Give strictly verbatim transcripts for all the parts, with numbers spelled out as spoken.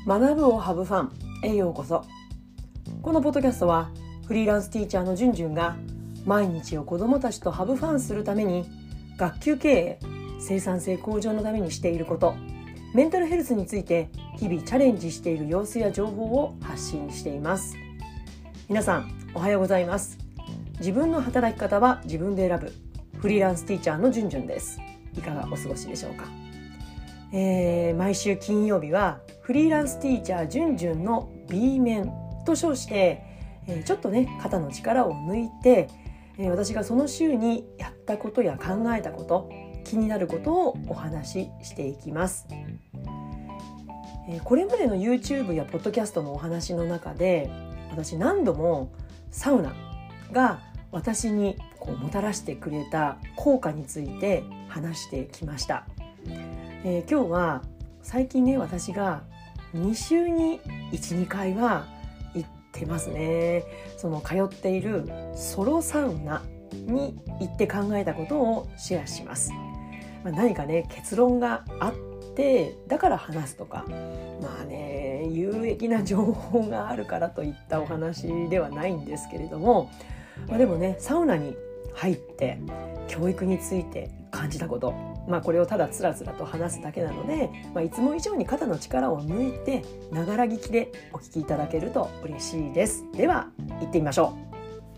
学ぶをハブファンへようこそ。このポッドキャストはフリーランスティーチャーのじゅんじゅんが毎日を子どもたちとハブファンするために学級経営、生産性向上のためにしていること、メンタルヘルスについて日々チャレンジしている様子や情報を発信しています。皆さんおはようございます。自分の働き方は自分で選ぶフリーランスティーチャーのじゅんじゅんです。いかがお過ごしでしょうか。えー、毎週金曜日はフリーランスティーチャーじゅんじゅんの B 面と称して、えー、ちょっとね肩の力を抜いて、えー、私がその週にやったことや考えたこと、気になることをお話ししていきます。えー、これまでの YouTube やポッドキャストのお話の中で、私何度もサウナが私にこうもたらしてくれた効果について話してきました。えー、今日は最近ね、私がに週にいち、にかいは行ってますね。その通っているソロサウナに行って考えたことをシェアします。まあ、何かね結論があってだから話すとか、まあね有益な情報があるからといったお話ではないんですけれども、まあ、でもねサウナに入って教育について感じたこと、まあ、これをただつらつらと話すだけなので、まあ、いつも以上に肩の力を抜いてながら聞きでお聞きいただけると嬉しいです。では行ってみましょう。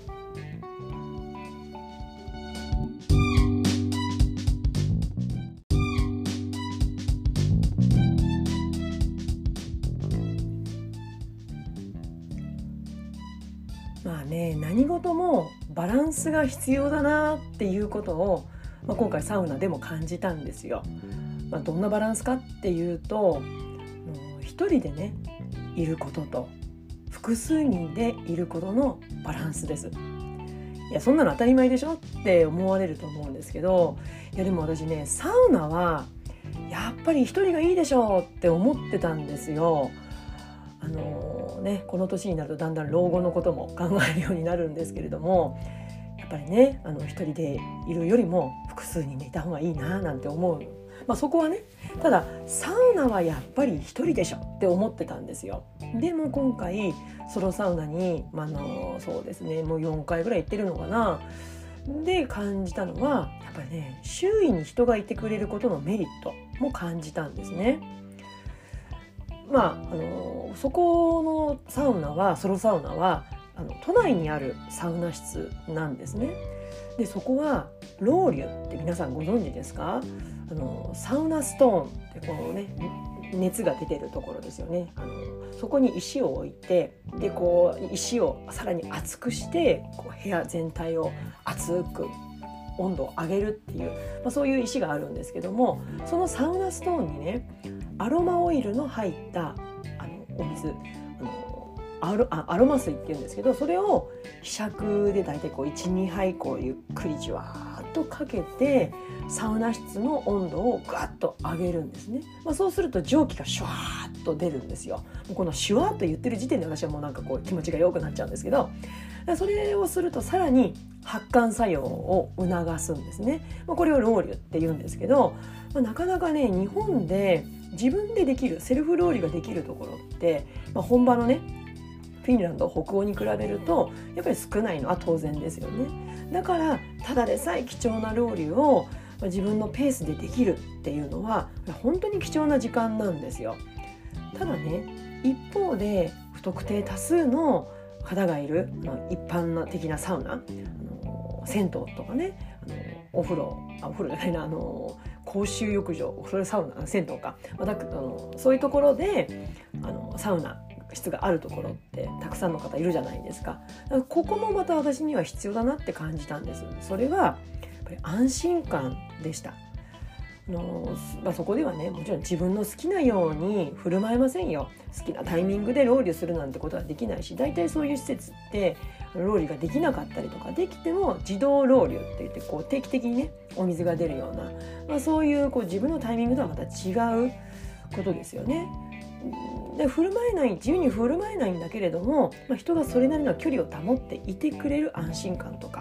まあね、何事もバランスが必要だなっていうことを、まあ、今回サウナでも感じたんですよ。まあ、どんなバランスかっていうと、一人でねいることと複数人でいることのバランスです。いやそんなの当たり前でしょって思われると思うんですけど、いやでも私ねサウナはやっぱり一人がいいでしょって思ってたんですよ。あのね、この年になるとだんだん老後のことも考えるようになるんですけれども、やっぱりねあの一人でいるよりも複数人でいた方がいいななんて思う、まあ、そこはね、ただサウナはやっぱり一人でしょって思ってたんですよ。でも今回ソロサウナに、まあ、あのそうですねもうよんかいぐらい行ってるのかな。で感じたのはやっぱりね周囲に人がいてくれることのメリットも感じたんですね。まあ、あのそこのサウナはソロサウナはあの都内にあるサウナ室なんですね。でそこはロウリュって皆さんご存知ですか？あのサウナストーンってこのね熱が出てるところですよね。あのそこに石を置いて、でこう石をさらに熱くしてこう部屋全体を熱く温度を上げるっていう、まあ、そういう石があるんですけども、そのサウナストーンにねアロマオイルの入ったあのお水、あのアロ、あアロマ水っていうんですけど、それをひしゃくでだいたいこういち、にはいこうゆっくりじわーっとかけてサウナ室の温度をガッと上げるんですね。まあ、そうすると蒸気がシュワーっと出るんですよ。もうこのシュワーっと言ってる時点で私はもうなんかこう気持ちが良くなっちゃうんですけど、それをするとさらに発汗作用を促すんですね。まあ、これをロウリュって言うんですけど、まあ、なかなかね日本で自分でできるセルフロウリュができるところって、まあ、本場のねフィンランド北欧に比べるとやっぱり少ないのは当然ですよね。だからただでさえ貴重なロウリュを自分のペースでできるっていうのは本当に貴重な時間なんですよ。ただね一方で不特定多数の方がいる一般的なサウナ、あの銭湯とかね、あのお風呂あお風呂じゃないなあの公衆浴場、それサウナ銭湯か、まあ、だあのそういうところであのサウナ室があるところってたくさんの方いるじゃないですか。だからここもまた私には必要だなって感じたんです。それはやっぱり安心感でした。あのまあ、そこではねもちろん自分の好きなように振る舞えませんよ。好きなタイミングでロウリュするなんてことはできないし、大体そういう施設ってロウリュができなかったりとか、できても自動ロウリュって言ってこう定期的にねお水が出るような、まあ、そういう、こう自分のタイミングとはまた違うことですよね。で振る舞えない自由に振る舞えないんだけれども、まあ、人がそれなりの距離を保っていてくれる安心感とか、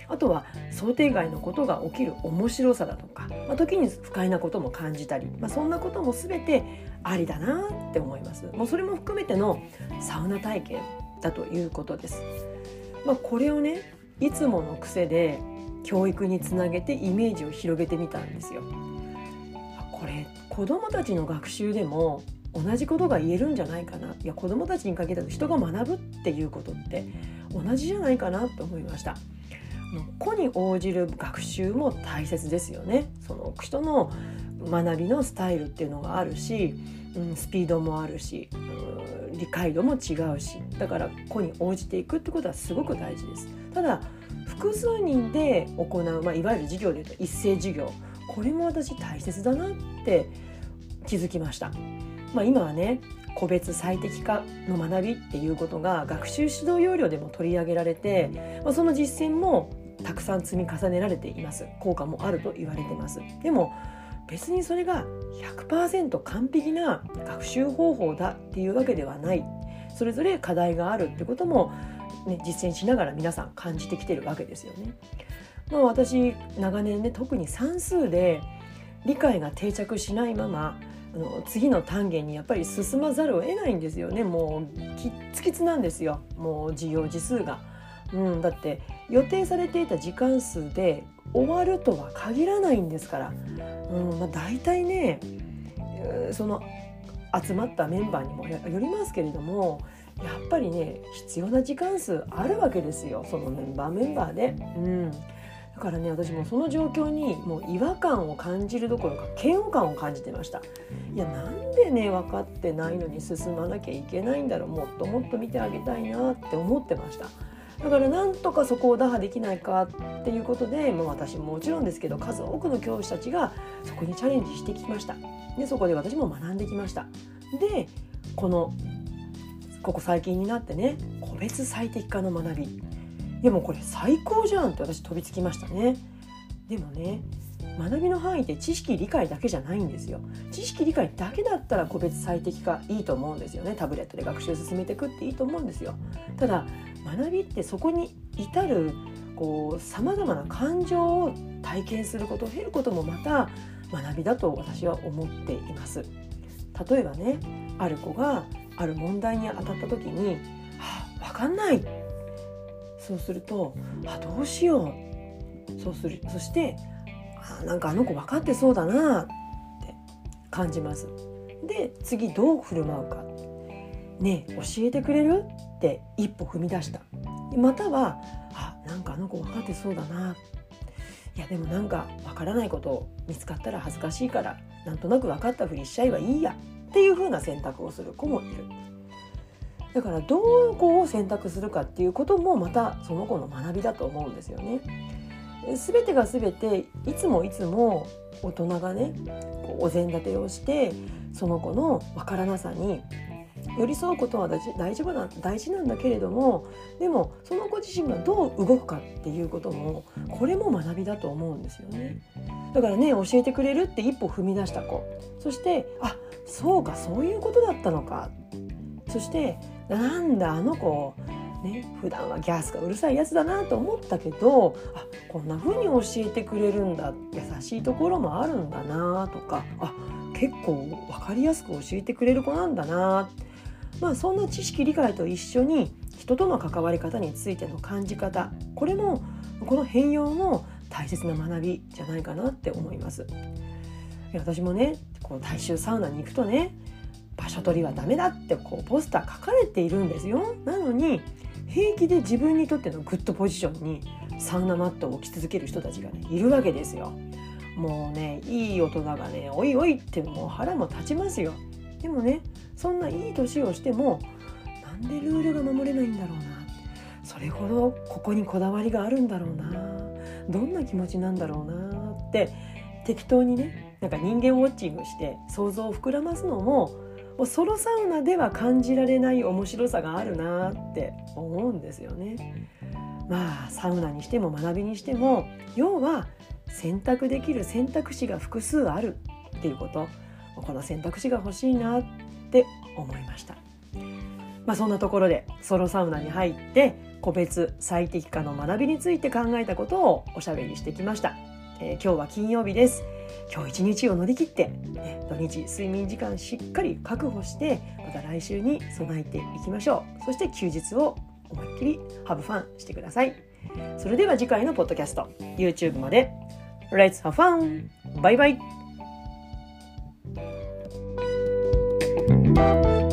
あとは想定外のことが起きる面白さだとか、まあ、時に不快なことも感じたり、まあ、そんなことも全てありだなって思います。もうそれも含めてのサウナ体験だということです。まあ、これをねいつもの癖で教育につなげてイメージを広げてみたんですよ。これ子どもたちの学習でも同じことが言えるんじゃないかな。いや子どもたちに限らず人が学ぶっていうことって同じじゃないかなと思いました。個に応じる学習も大切ですよね。その人の学びのスタイルっていうのがあるし、うん、スピードもあるし、うん、理解度も違うし、だから個に応じていくってことはすごく大事です。ただ複数人で行う、まあ、いわゆる授業でいうと一斉授業、これも私大切だなって気づきました。まあ、今はね個別最適化の学びっていうことが学習指導要領でも取り上げられて、まあ、その実践もたくさん積み重ねられています。効果もあると言われてます。でも別にそれが ひゃくパーセント 完璧な学習方法だっていうわけではない。それぞれ課題があるってことも、ね、実践しながら皆さん感じてきてるわけですよね。まあ、私長年ね特に算数で理解が定着しないままあの次の単元にやっぱり進まざるを得ないんですよね。もうきっつきつなんですよ。もう授業時数が、うん、だって予定されていた時間数で終わるとは限らないんですから、うんまあ、大体ねその集まったメンバーにもよりますけれども、やっぱりね必要な時間数あるわけですよ、そのメンバーメンバーで、うん、だからね私もその状況にもう違和感を感じるどころか嫌悪感を感じてました。いやなんでね分かってないのに進まなきゃいけないんだろう、もっともっと見てあげたいなって思ってました。だからなんとかそこを打破できないかっていうことで、まあ、私ももちろんですけど数多くの教師たちがそこにチャレンジしてきました。でそこで私も学んできました。でこのここ最近になってね個別最適化の学び、でもこれ最高じゃんって私飛びつきましたね。でもね学びの範囲って知識理解だけじゃないんですよ。知識理解だけだったら個別最適化いいと思うんですよね。タブレットで学習進めていくっていいと思うんですよ。ただ学びってそこに至るこう様々な感情を体験することを経ることもまた学びだと私は思っています。例えばねある子がある問題に当たった時に、はあ、分かんない、そうするとあどうしよう、そうするそしてあなんかあの子分かってそうだなって感じます。で次どう振る舞うか、ねえ教えてくれるって一歩踏み出した。またはあなんかあの子分かってそうだな、いやでもなんか分からないこと見つかったら恥ずかしいからなんとなく分かったふりしちゃえばいいやっていう風な選択をする子もいる。だからどこを選択するかっていうこともまたその子の学びだと思うんですよね。全てが全ていつもいつも大人がねこうお膳立てをしてその子の分からなさに寄り添うことは大丈夫な大事なんだけれども、でもその子自身がどう動くかっていうこともこれも学びだと思うんですよね。だからね教えてくれるって一歩踏み出した子、そしてあそうかそういうことだったのか、そしてなんだあの子ね普段はギャースがうるさいやつだなと思ったけど、あこんな風に教えてくれるんだ、優しいところもあるんだなとか、あ結構分かりやすく教えてくれる子なんだな、まあそんな知識理解と一緒に人との関わり方についての感じ方、これもこの変容も大切な学びじゃないかなって思います。私もねこう大衆サウナに行くとね場所取りはダメだってこうポスター書かれているんですよ。なのに平気で自分にとってのグッドポジションにサウナマットを置き続ける人たちが、ね、いるわけですよ。もうねいい大人がねおいおいってもう腹も立ちますよ。でもねそんないい年をしてもなんでルールが守れないんだろうな、それほどここにこだわりがあるんだろうな、どんな気持ちなんだろうなって適当にねなんか人間ウォッチングして想像を膨らますのももうソロサウナでは感じられない面白さがあるなって思うんですよね。まあサウナにしても学びにしても要は選択できる選択肢が複数あるっていうこと、この選択肢が欲しいなって思いました。まあそんなところでソロサウナに入って個別最適化の学びについて考えたことをおしゃべりしてきました。えー、今日は金曜日です。今日一日を乗り切って、ね、土日睡眠時間しっかり確保してまた来週に備えていきましょう。そして休日を思いっきりハブファンしてください。それでは次回のポッドキャスト YouTube まで Let's have fun! バイバイ。